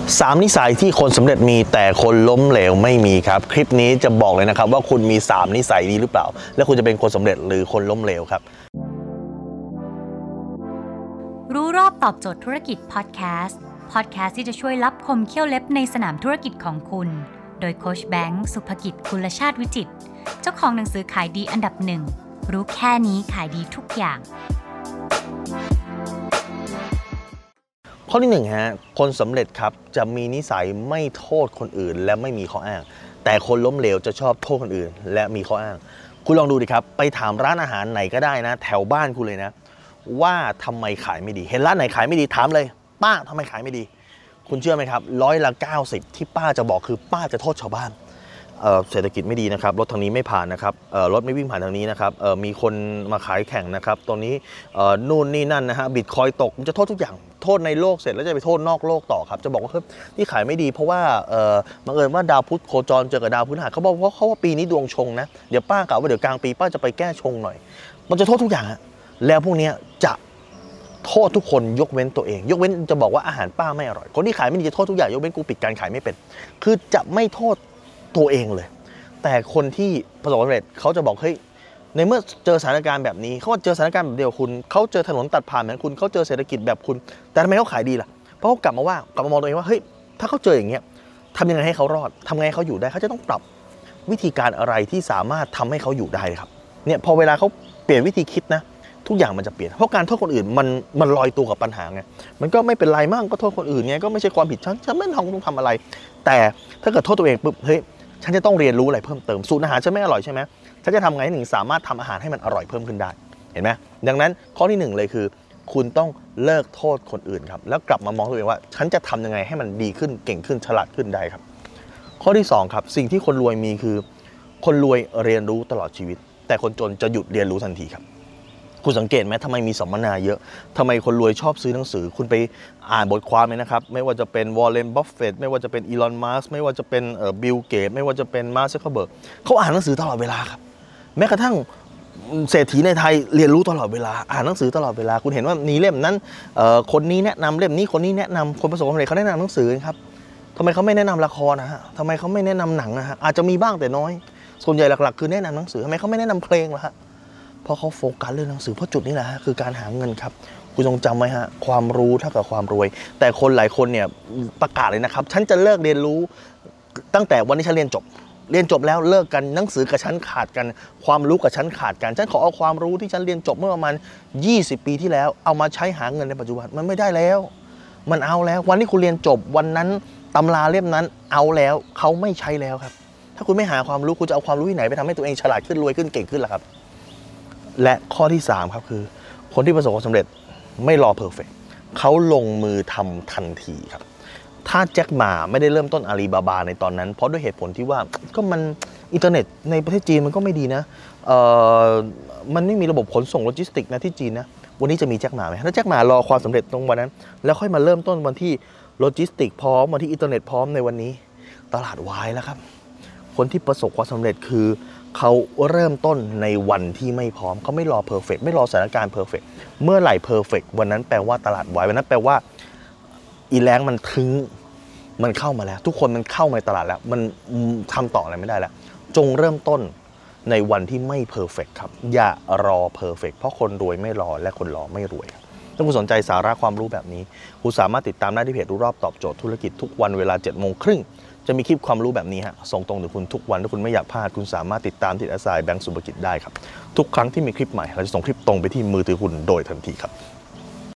3 นิสัยที่คนสำเร็จมีแต่คนล้มเหลวไม่มีครับคลิปนี้จะบอกเลยนะครับว่าคุณมี3 นิสัยนี้หรือเปล่าและคุณจะเป็นคนสำเร็จหรือคนล้มเหลวครับรู้รอบตอบโจทย์ธุรกิจพอดแคสต์ที่จะช่วยลับคมเขี้ยวเล็บในสนามธุรกิจของคุณโดยโค้ชแบงค์สุภกิจกุลชาติวิจิตรเจ้าของหนังสือขายดีอันดับ1รู้แค่นี้ขายดีทุกอย่างข้อที่1ฮะคนสำเร็จครับจะมีนิสัยไม่โทษคนอื่นและไม่มีข้ออ้างแต่คนล้มเหลวจะชอบโทษคนอื่นและมีข้ออ้างคุณลองดูดิครับไปถามร้านอาหารไหนก็ได้นะแถวบ้านคุณเลยนะว่าทำไมขายไม่ดีเห็นร้านไหนขายไม่ดีถามเลยป้าทำไมขายไม่ดีคุณเชื่อไหมครับ90%ที่ป้าจะบอกคือป้าจะโทษชาวบ้านเศรษฐกิจไม่ดีนะครับรถทางนี้ไม่ผ่านนะครับรถไม่วิ่งผ่านทางนี้นะครับมีคนมาขายแข่งนะครับตอนนี้นู่นนี่นั่นนะฮะบิตคอยตกมันจะโทษทุกอย่างโทษในโลกเสร็จแล้วจะไปโทษนอกโลกต่อครับจะบอกว่าที่ขายไม่ดีเพราะว่าบังเอิญว่าดาวพุธโคจรเจอกับดาวพฤหัสเขาบอกว่าปีนี้ดวงชงนะเดี๋ยวป้ากล่าวว่าเดี๋ยวกลางปีป้าจะไปแก้ชงหน่อยมันจะโทษทุกอย่างแล้วพวกนี้จะโทษทุกคนยกเว้นตัวเองยกเว้นจะบอกว่าอาหารป้าไม่อร่อยคนที่ขายไม่ดีจะโทษทุกอย่างยกเว้นกูปิดการขายไม่เป็นคือจะไม่โทษตัวเองเลยแต่คนที่ประสบความสำเร็จเขาจะบอกเฮ้ยในเมื่อเจอสถานการณ์แบบนี้เขาเจอสถานการณ์แบบเดียวคุณเขาเจอถนนตัดผ่านเหมือนคุณเขาเจอเศรษฐกิจแบบคุณแต่ทำไมเขาขายดีล่ะเพราะเขากลับมามองตัวเองว่าเฮ้ยถ้าเขาเจออย่างเงี้ยทำยังไงให้เขารอดทำไงให้เขาอยู่ได้เขาจะต้องปรับวิธีการอะไรที่สามารถทำให้เขาอยู่ได้ครับเนี่ยพอเวลาเขาเปลี่ยนวิธีคิดนะทุกอย่างมันจะเปลี่ยนเพราะการโทษคนอื่นมันลอยตัวกับปัญหาไงมันก็ไม่เป็นไรมั่งก็โทษคนอื่นไงก็ไม่ใช่ความผิดฉันไม่ต้องทำอะไรแต่ถ้าเกิดโทษตัวเองปุ๊บเฮ้ยฉันจะต้องเรียนรู้อะไรเพิ่มเติมสูตรอาหารฉันไม่อร่อยใช่ไหมฉันจะทำไงให้สามารถทำอาหารให้มันอร่อยเพิ่มขึ้นได้เห็นไหมดังนั้นข้อที่1เลยคือคุณต้องเลิกโทษคนอื่นครับแล้วกลับมามองตัวเองว่าฉันจะทำยังไงให้มันดีขึ้นเก่งขึ้นฉลาดขึ้นได้ครับข้อที่2ครับสิ่งที่คนรวยมีคือคนรวยเรียนรู้ตลอดชีวิตแต่คนจนจะหยุดเรียนรู้ทันทีครับคุณสังเกตไหมทำไมมีสัมมนาเยอะทำไมคนรวยชอบซื้อหนังสือคุณไปอ่านบทความเลยนะครับไม่ว่าจะเป็นวอร์เรน บัฟเฟตต์ไม่ว่าจะเป็นอีลอน มัสก์ไม่ว่าจะเป็นบิล เกตส์ไม่ว่าจะเป็นมาร์ค ซักเคอร์เบิร์กเขาอ่านหนังสือตลอดเวลาครับแม้กระทั่งเศรษฐีในไทยเรียนรู้ตลอดเวลาอ่านหนังสือตลอดเวลาคุณเห็นว่ามีเล่มนั้นคนนี้แนะนำเล่มนี้คนนี้แนะนำคนประสบความสำเร็จเขาแนะนำหนังสือครับทำไมเขาไม่แนะนำละครนะฮะทำไมเขาไม่แนะนำหนังนะฮะอาจจะมีบ้างแต่น้อยส่วนใหญ่หลักๆคือแนะนำหนังสือทำไมเขาไม่แนะนำเพลงล่ะฮะเพราะเขาโฟกัสเรื่องหนังสือเพราะจุดนี้แหละฮะคือการหาเงินครับคุณจงจำไว้ฮะความรู้เท่ากับความรวยแต่คนหลายคนเนี่ยประกาศเลยนะครับฉันจะเลิกเรียนรู้ตั้งแต่วันที่ฉันเรียนจบแล้วเลิกกันหนังสือกับฉันขาดกันความรู้กับฉันขาดกันฉันขอเอาความรู้ที่ฉันเรียนจบเมื่อประมาณ20 ปีที่แล้วเอามาใช้หาเงินในปัจจุบันมันไม่ได้แล้วมันเอาแล้ววันที่คุณเรียนจบวันนั้นตำราเล่มนั้นเอาแล้วเขาไม่ใช้แล้วครับถ้าคุณไม่หาความรู้คุณจะเอาความรู้ที่ไหนไปทำให้ตัวเองฉลาดขึ้นรวยขึ้นเก่งขึ้นล่ะครับและข้อที่3ครับคือคนที่ประสบความสำเร็จไม่รอเพอร์เฟคเขาลงมือทำทันทีครับถ้าแจ็คหม่าไม่ได้เริ่มต้นอาลีบาบาในตอนนั้นเพราะด้วยเหตุผลที่ว่าก็มันอินเทอร์เน็ตในประเทศจีนมันก็ไม่ดีนะมันไม่มีระบบขนส่งโลจิสติกนะที่จีนนะวันนี้จะมีแจ็คหม่าไหมถ้าแจ็คหม่ารอความสำเร็จตรงวันนั้นแล้วค่อยมาเริ่มต้นวันที่โลจิสติกพร้อมวันที่อินเทอร์เน็ตพร้อมในวันนี้ตลาดวายแล้วครับคนที่ประสบความสำเร็จคือเขาเริ่มต้นในวันที่ไม่พร้อมเขาไม่รอเพอร์เฟกต์ไม่รอสถานการณ์เพอร์เฟกต์เมื่อไหร่เพอร์เฟกต์วันนั้นแปลว่าตลาดวายวันนั้นแปลว่าอีแรงมันถึงมันเข้ามาแล้วทุกคนมันเข้ามาในตลาดแล้วมันทำต่ออะไรไม่ได้แล้วจงเริ่มต้นในวันที่ไม่เพอร์เฟกต์ครับอย่ารอเพอร์เฟกต์เพราะคนรวยไม่รอและคนรอไม่รวยถ้าคุณสนใจสาระความรู้แบบนี้คุณสามารถติดตามได้ที่เพจรู้รอบตอบโจทย์ธุรกิจทุกวันเวลา 7:30 นจะมีคลิปความรู้แบบนี้ฮะส่งตรงถึงคุณทุกวันถ้าคุณไม่อยากพลาดคุณสามารถติดตามที่แอสไซน์แบงก์สุภกิจได้ครับทุกครั้งที่มีคลิปใหม่เราจะส่งคลิปตรงไปที่มือถือคุณโดยทันทีครับ